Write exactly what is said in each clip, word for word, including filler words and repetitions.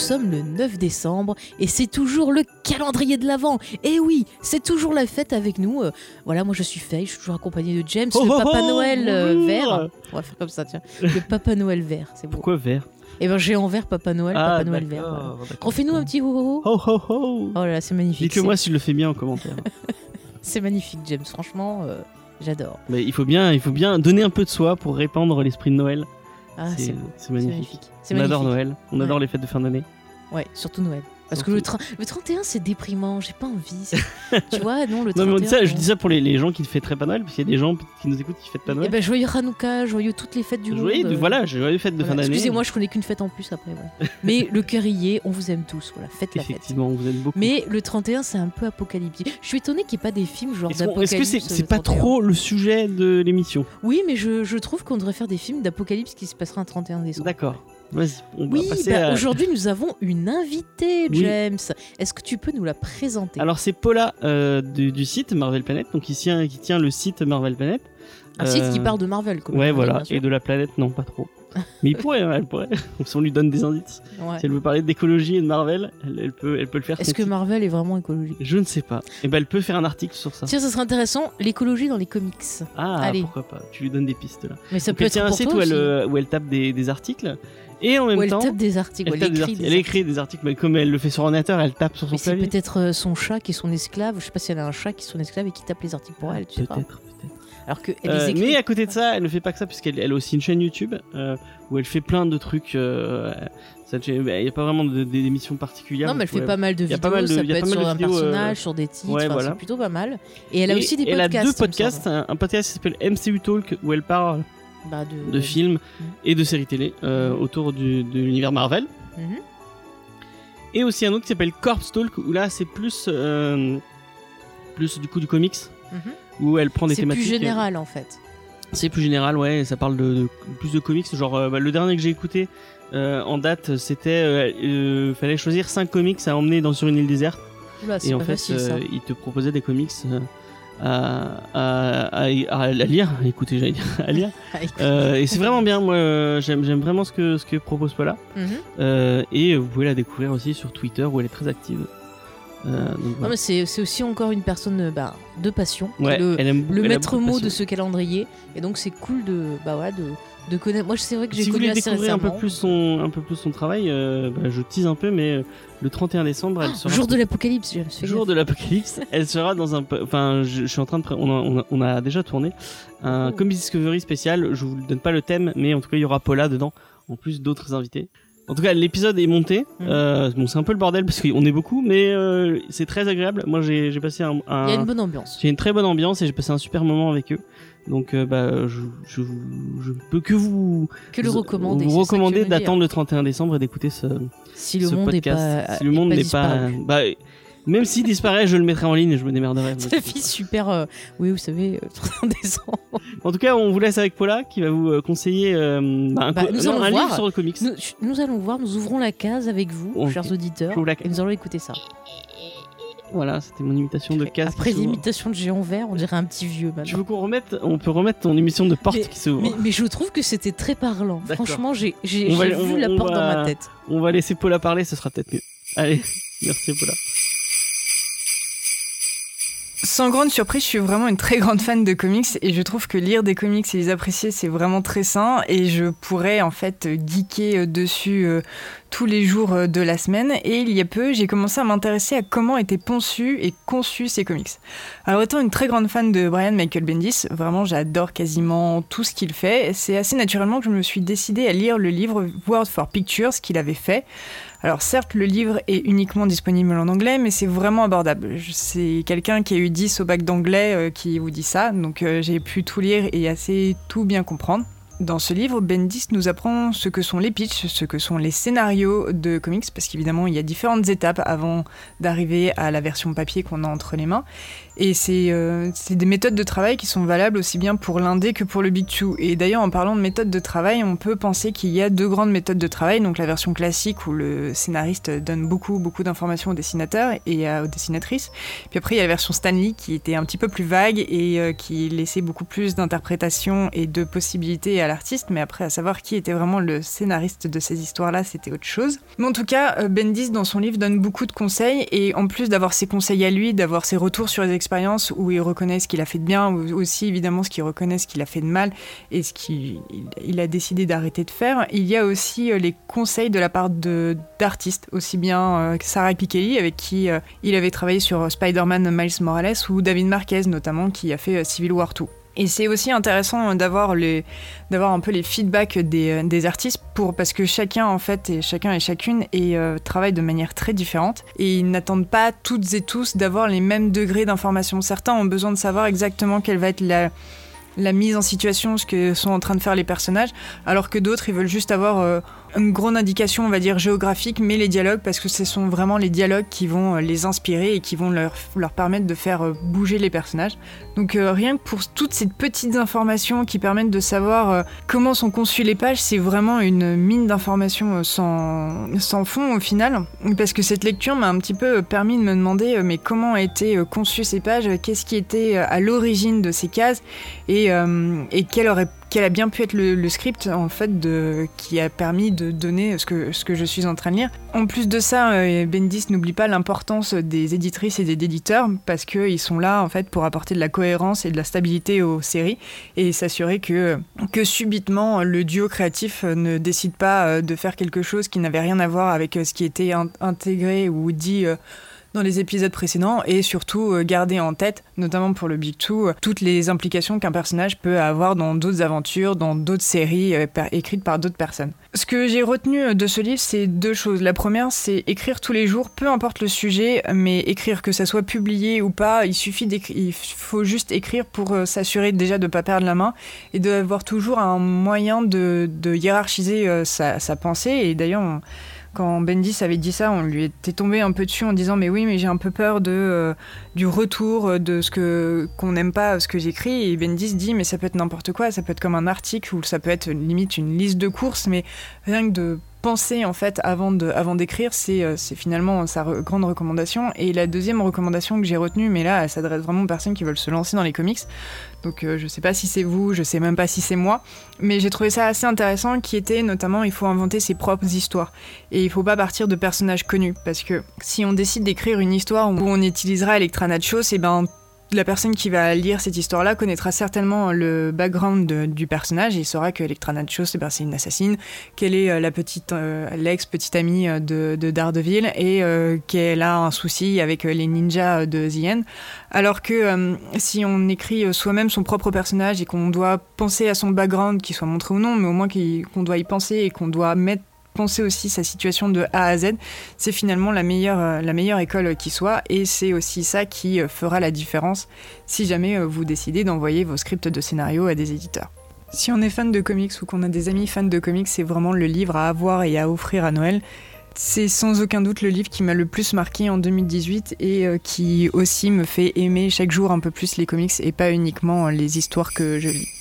sommes le neuf décembre et c'est toujours le calendrier de l'Avent. Et oui, c'est toujours la fête avec nous. Euh, voilà, moi je suis Faye, je suis toujours accompagnée de James, Oh, le oh, Papa oh, Noël euh, bonjour. vert. On va faire comme ça, tiens. Le Papa Noël vert, c'est beau. Pourquoi vert? Et ben j'ai en vert Papa Noël, Ah, Papa Noël d'accord, vert. Voilà. d'accord. Refais-nous un petit ho ho ho. Ho ho ho. Oh là là, c'est magnifique. Dites-le c'est... moi si je le fais bien en commentaire. c'est magnifique, James. Franchement, euh, j'adore. Mais il faut bien, il faut bien donner un peu de soi pour répandre l'esprit de Noël. Ah, c'est, c'est, beau. c'est C'est magnifique. magnifique. C'est On magnifique. adore Noël, on adore Ouais. les fêtes de fin d'année. Ouais, surtout Noël. Parce Surtout. que le, tra- le trente et un, c'est déprimant. J'ai pas envie. c'est- tu vois, non, le trente et un. Non mais on dit ça, je bon. dis ça pour les, les gens qui ne fêteraient pas Noël, parce qu'il y a des gens qui nous écoutent qui fêtent pas Eh Noël. ben, joyeux Hanouka, joyeux toutes les fêtes du Joyeux, monde. euh, voilà, joyeux fêtes de voilà. fin d'année. Excusez-moi, je connais qu'une fête en plus après. Voilà. Mais le cœurier, on vous aime tous. Voilà, faites la fête. Effectivement, vous êtes beaucoup. Mais le trente et un, c'est un peu apocalyptique. Je suis étonnée qu'il n'y ait pas des films genre Est-ce, qu'on- d'apocalypse. est-ce que c'est, c'est le pas trente et un. trop le sujet de l'émission? Oui, mais je, je trouve qu'on devrait faire des films d'apocalypse qui se passera un trente et un décembre. D'accord. Vas-y, on Oui, va passer bah, à... aujourd'hui nous avons une invitée, Oui. James. Est-ce que tu peux nous la présenter? Alors c'est Paula euh, du, du site Marvel Planet, donc qui tient, qui tient le site Marvel Planet. Un Euh, site qui part de Marvel, quand même, Ouais, bien voilà, sûr. et de la planète, non, pas trop. Mais il pourrait, hein, elle pourrait. Si on lui donne des indices. Ouais. Si elle veut parler d'écologie et de Marvel, elle, elle peut, elle peut le faire. Est-ce son que site. Marvel est vraiment écologique? Je ne sais pas. Et ben elle peut faire un article sur ça. Tiens, ça serait intéressant, l'écologie dans les comics. Ah, Allez. pourquoi pas. Tu lui donnes des pistes là. Mais ça Donc, peut elle être tient un pour site toi où elle, aussi. euh, où elle tape des, des articles. Et en même Ou elle temps, tape des articles, elle, ou tape elle des écrit articles. des Elle articles. écrit des articles, mais comme elle le fait sur ordinateur, elle tape sur son Mais c'est clavier. peut-être euh, son chat qui est son esclave. Je sais pas si elle a un chat qui est son esclave et qui tape les articles pour elle. Tu sais pas. Peut-être, peut-être. Alors que elle Euh, les écrit. mais à côté de ça, elle ne fait pas que ça, puisqu'elle elle a aussi une chaîne YouTube euh, où elle fait plein de trucs. euh, cette chaîne- bah, Il n'y a pas vraiment de- d'émissions particulières. Non, mais elle fait Ouais. pas mal de Il y a vidéos. pas mal de- ça il y a peut pas être mal sur de un vidéos, euh, personnage, sur des titres. ouais, enfin, voilà. C'est plutôt pas mal. Et elle a Et aussi des elle podcasts. a il deux me podcasts, semble. un, un podcast qui s'appelle M C U Talk où elle parle Bah, de... de films et de séries télé euh, autour du, de l'univers Marvel. Mhm. Et aussi un autre qui s'appelle Corpse Talk où là c'est plus euh, plus du coup du comics Mhm. où elle prend des C'est thématiques. plus général en fait. C'est plus général, ouais. Ça parle de, de- plus de comics. Genre euh, bah, le dernier que j'ai écouté euh, en date, c'était euh, euh, fallait choisir cinq comics à emmener dans sur une île déserte. Oula, c'est Et en pas fait, facile ça. euh, il te proposait des comics euh, à, à, à, à lire. Écoutez, j'allais dire à lire. Euh, et c'est vraiment bien. Moi, euh, j'aime, j'aime vraiment ce que ce que propose Paula. Mhm. Euh, et vous pouvez la découvrir aussi sur Twitter où elle est très active. Euh, donc, Non, voilà. mais c'est, c'est aussi encore une personne euh, bah, de passion, qui est Ouais, le, elle aime, le elle a maître beaucoup de mot de passion. ce calendrier. Et donc c'est cool de, bah, voilà, de, de connaître. Moi, c'est vrai que j'ai Si vous connu voulez assez découvrir un peu récemment. plus son un peu plus son travail, euh, bah, je tease un peu, mais euh, le trente et un décembre, elle sera Jour de l'apocalypse, James, fais jour gaffe. de l'apocalypse, elle sera dans un po- enfin je, je suis en train de pré- on a, on a, on a déjà tourné un Oh. Comics Discovery spécial, je vous donne pas le thème mais en tout cas il y aura Paula dedans en plus d'autres invités. En tout cas, l'épisode est monté. Mhm. Euh, bon, c'est un peu le bordel parce qu'on est beaucoup, mais euh, c'est très agréable. Moi, j'ai, j'ai passé un, un- Il y a une bonne ambiance. j'ai une très bonne ambiance et j'ai passé un super moment avec eux. Donc, euh, bah, je, je, je peux que vous, Que le vous- recommander. vous c'est ça que tu recommander veux dire. d'attendre le trente et un décembre et d'écouter ce, Si le ce monde n'est podcast. pas. si le monde est n'est pas, disparu. bah, même s'il disparaît, je le mettrai en ligne et je me démerderai. Ça fait super. euh, Oui, vous savez, euh, trente et un décembre. En tout cas, on vous laisse avec Paula qui va vous euh, conseiller euh, bah, un, Bah, co- nous non, allons un voir. livre sur le comics. Nous, nous allons voir, nous ouvrons la case avec vous, Ok. chers auditeurs, J'ouvre la et case. nous allons écouter ça. Voilà, c'était mon imitation de casse. Après qui s'ouvre. l'imitation de géant vert, on dirait un petit vieux Tu maintenant. veux qu'on remette On peut remettre ton émission de porte Mais- qui s'ouvre. Mais, mais je trouve que c'était très parlant. D'accord. Franchement, j'ai, j'ai, On va- j'ai vu on- la on porte va- dans ma tête. On va laisser Paula parler, ce sera peut-être mieux. Allez, merci Paula. Sans grande surprise, je suis vraiment une très grande fan de comics et je trouve que lire des comics et les apprécier, c'est vraiment très sain et je pourrais en fait geeker dessus euh, tous les jours euh, de la semaine. Et il y a peu, j'ai commencé à m'intéresser à comment étaient conçus et conçus ces comics. Alors étant une très grande fan de Brian Michael Bendis, vraiment j'adore quasiment tout ce qu'il fait, c'est assez naturellement que je me suis décidée à lire le livre Word for Pictures qu'il avait fait. Alors certes, le livre est uniquement disponible en anglais, mais c'est vraiment abordable. Je- C'est quelqu'un qui a eu dix au bac d'anglais euh, qui vous dit ça, donc euh, j'ai pu tout lire et assez tout bien comprendre. Dans ce livre, Bendis nous apprend ce que sont les pitchs, ce que sont les scénarios de comics, parce qu'évidemment, il y a différentes étapes avant d'arriver à la version papier qu'on a entre les mains. Et c'est, euh, c'est des méthodes de travail qui sont valables aussi bien pour l'indé que pour le big two. Et d'ailleurs, en parlant de méthodes de travail, on peut penser qu'il y a deux grandes méthodes de travail. Donc la version classique où le scénariste donne beaucoup, beaucoup d'informations aux dessinateurs et à- aux dessinatrices. Puis après, il y a la version Stanley qui était un petit peu plus vague et euh, qui laissait beaucoup plus d'interprétation et de possibilités à l'artiste, mais après, à savoir qui était vraiment le scénariste de ces histoires-là, c'était autre chose. Mais en tout cas, Bendis, dans son livre, donne beaucoup de conseils, et en plus d'avoir ses conseils à lui, d'avoir ses retours sur les expériences où il reconnaît ce qu'il a fait de bien, ou aussi évidemment ce qu'il reconnaît ce qu'il a fait de mal, et ce qu'il il a décidé d'arrêter de faire, il y a aussi les conseils de la part de, d'artistes, aussi bien euh, Sarah Pichelli, avec qui euh, il avait travaillé sur Spider-Man Miles Morales, ou David Marquez notamment, qui a fait euh, Civil War deux. Et c'est aussi intéressant d'avoir, les, d'avoir un peu les feedbacks des, des artistes pour, parce que chacun en fait et chacun et chacune et, euh, travaille de manière très différente et ils n'attendent pas toutes et tous d'avoir les mêmes degrés d'information. Certains ont besoin de savoir exactement quelle va être la, la mise en situation, ce que sont en train de faire les personnages, alors que d'autres ils veulent juste avoir euh, une grande indication, on va dire géographique, mais les dialogues, parce que ce sont vraiment les dialogues qui vont les inspirer et qui vont leur, leur permettre de faire bouger les personnages. Donc euh, rien que pour toutes ces petites informations qui permettent de savoir euh, comment sont conçues les pages, c'est vraiment une mine d'informations sans, sans fond au final, parce que cette lecture m'a un petit peu permis de me demander euh, mais comment ont été euh, conçues ces pages, qu'est-ce qui était à l'origine de ces cases, et, euh, et quelle aurait quel a bien pu être le, le script en fait de, qui a permis de donner ce que, ce que je suis en train de lire. En plus de ça, euh, Bendis n'oublie pas l'importance des éditrices et des éditeurs, parce qu'ils sont là en fait pour apporter de la cohérence et de la stabilité aux séries et s'assurer que, que subitement le duo créatif ne décide pas de faire quelque chose qui n'avait rien à voir avec ce qui était in- intégré ou dit euh, dans les épisodes précédents, et surtout euh, garder en tête, notamment pour le Big Two, euh, toutes les implications qu'un personnage peut avoir dans d'autres aventures, dans d'autres séries euh, par- écrites par d'autres personnes. Ce que j'ai retenu de ce livre, c'est deux choses. La première, c'est écrire tous les jours, peu importe le sujet, mais écrire, que ça soit publié ou pas, il suffit d'écrire, il faut juste écrire pour euh, s'assurer déjà de ne pas perdre la main et d'avoir toujours un moyen de, de hiérarchiser euh, sa, sa pensée. Et d'ailleurs, on, quand Bendis avait dit ça, on lui était tombé un peu dessus en disant mais oui, mais j'ai un peu peur de, euh, du retour de ce que, qu'on n'aime pas ce que j'écris. Et Bendis dit mais ça peut être n'importe quoi, ça peut être comme un article ou ça peut être limite une liste de courses, mais rien que de penser en fait avant, de, avant d'écrire, c'est, c'est finalement sa re- grande recommandation. Et la deuxième recommandation que j'ai retenue, mais là elle s'adresse vraiment aux personnes qui veulent se lancer dans les comics, donc euh, je sais pas si c'est vous, je sais même pas si c'est moi, mais j'ai trouvé ça assez intéressant, qui était notamment il faut inventer ses propres histoires et il faut pas partir de personnages connus, parce que si on décide d'écrire une histoire où on utilisera Elektra Nachos, et ben la personne qui va lire cette histoire-là connaîtra certainement le background de, du personnage et il saura que Elektra Nachos, eh ben, c'est une assassine, qu'elle est euh, la petite, euh, l'ex-petite amie de, de Daredevil et euh, qu'elle a un souci avec euh, les ninjas de The End. Alors que euh, si on écrit soi-même son propre personnage et qu'on doit penser à son background, qu'il soit montré ou non, mais au moins qu'on doit y penser et qu'on doit mettre penser aussi sa situation de A à Z, c'est finalement la meilleure, la meilleure école qui soit, et c'est aussi ça qui fera la différence si jamais vous décidez d'envoyer vos scripts de scénario à des éditeurs. Si on est fan de comics ou qu'on a des amis fans de comics, c'est vraiment le livre à avoir et à offrir à Noël. C'est sans aucun doute le livre qui m'a le plus marqué en deux mille dix-huit et qui aussi me fait aimer chaque jour un peu plus les comics et pas uniquement les histoires que je lis.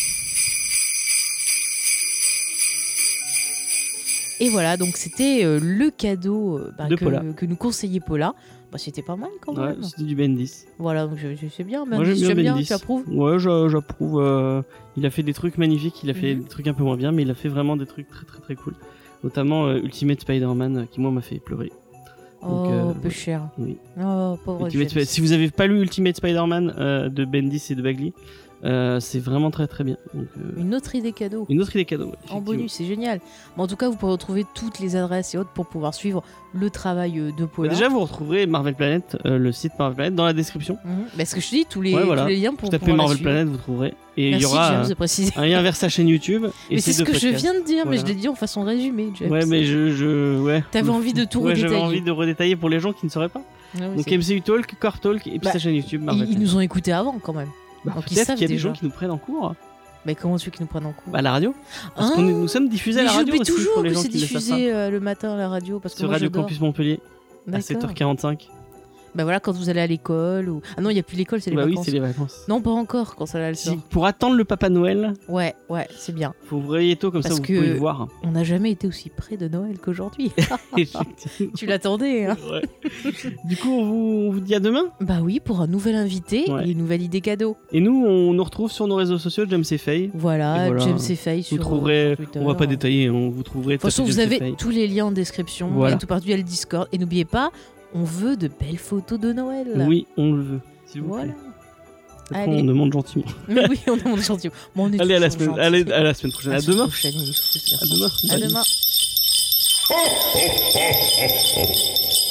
Et voilà, donc c'était euh, le cadeau euh, bah, de que, Paula. que nous conseillait Paula. Bah, c'était pas mal quand Ouais, même. c'était du Bendis. Voilà, donc je, je sais bien. Moi j'aime Bendis, bien j'aime bien, Bendis. tu approuves ? Ouais, j'a- j'approuve. euh, il a fait des trucs magnifiques, il a fait Mhm. des trucs un peu moins bien, mais il a fait vraiment des trucs très très très cool. Notamment euh, Ultimate Spider-Man, euh, qui moi m'a fait pleurer. Donc, Oh, euh, peu ouais. cher. Oui. Oh, pauvre Ultimate James. Sp- si vous avez pas lu Ultimate Spider-Man euh, de Bendis et de Bagley, euh, c'est vraiment très très bien. Donc, euh, Une autre idée cadeau. une autre idée cadeau. ouais, En effectivement. bonus, c'est génial. Mais en tout cas, vous pourrez retrouver toutes les adresses et autres pour pouvoir suivre le travail euh, de Bah, Paula. déjà, vous retrouverez Marvel Planet, euh, le site Marvel Planet, dans la description. Mhm. Bah, ce que je te dis, tous les, Ouais, voilà. tous les liens pour Vous tapez pouvoir la Marvel suivre. Planet, vous trouverez. Et il y Merci, aura James, euh, de préciser. un lien vers sa chaîne YouTube. Et Mais ses c'est ce deux que je podcasts. viens de dire, mais je Voilà. l'ai dit en façon résumée, James. Ouais, mais je. je ouais. T'avais envie de tout Ouais, j'avais redétailler. envie de redétailler pour les gens qui ne sauraient pas. Ah oui, Donc c'est- M C U Talk, Core Talk et puis Bah, sa chaîne YouTube Marvel ils, ils Planet. nous ont écoutés avant quand même. Bah, donc ils peut-être savent qu'il y a des déjà. gens qui nous prennent en cours. Mais comment tu veux qu'ils nous prennent en cours Bah, à la radio. Parce Ah, qu'on est- nous sommes diffusés à mais la radio j'oublie aussi toujours pour les que gens c'est qui ne le savent diffusé euh, le matin à la radio parce pas. que Sur moi Radio j'adore. Campus Montpellier à D'accord. sept heures quarante-cinq. Bah voilà, quand vous allez à l'école ou... Ah non, il n'y a plus l'école, c'est les bah vacances. oui, c'est les vacances. Non, pas encore, quand ça va le Si, sort. pour attendre le Papa Noël, Ouais, ouais, c'est bien. faut vous réveiller tôt, comme Parce ça vous que- pouvez le voir. On n'a jamais été aussi près de Noël qu'aujourd'hui. Effectivement. Tu l'attendais, hein? Ouais. Du coup, on vous, on vous dit à demain. Bah oui, pour un nouvel invité Ouais. et une nouvelle idée cadeau. Et nous, on nous retrouve sur nos réseaux sociaux, James et Faye. Voilà, Et voilà. James et Faye Vous sur, trouverez, sur Twitter. on va pas détailler, on vous trouverez. De toute façon, tapez vous James et avez Faye. tous les liens en description. Voilà. Et tout partout, il y a le Discord. Et n'oubliez pas, on veut de belles photos de Noël. Oui, on le veut. S'il vous Voilà. plaît. Après, Allez. on demande gentiment. Mais oui, on demande gentiment. Bon, on est Allez, à la toujours semaine, gentils. allez, à la semaine prochaine. À À la semaine demain. prochaine, il est fou, ce À garçon. demain. À Bye. demain.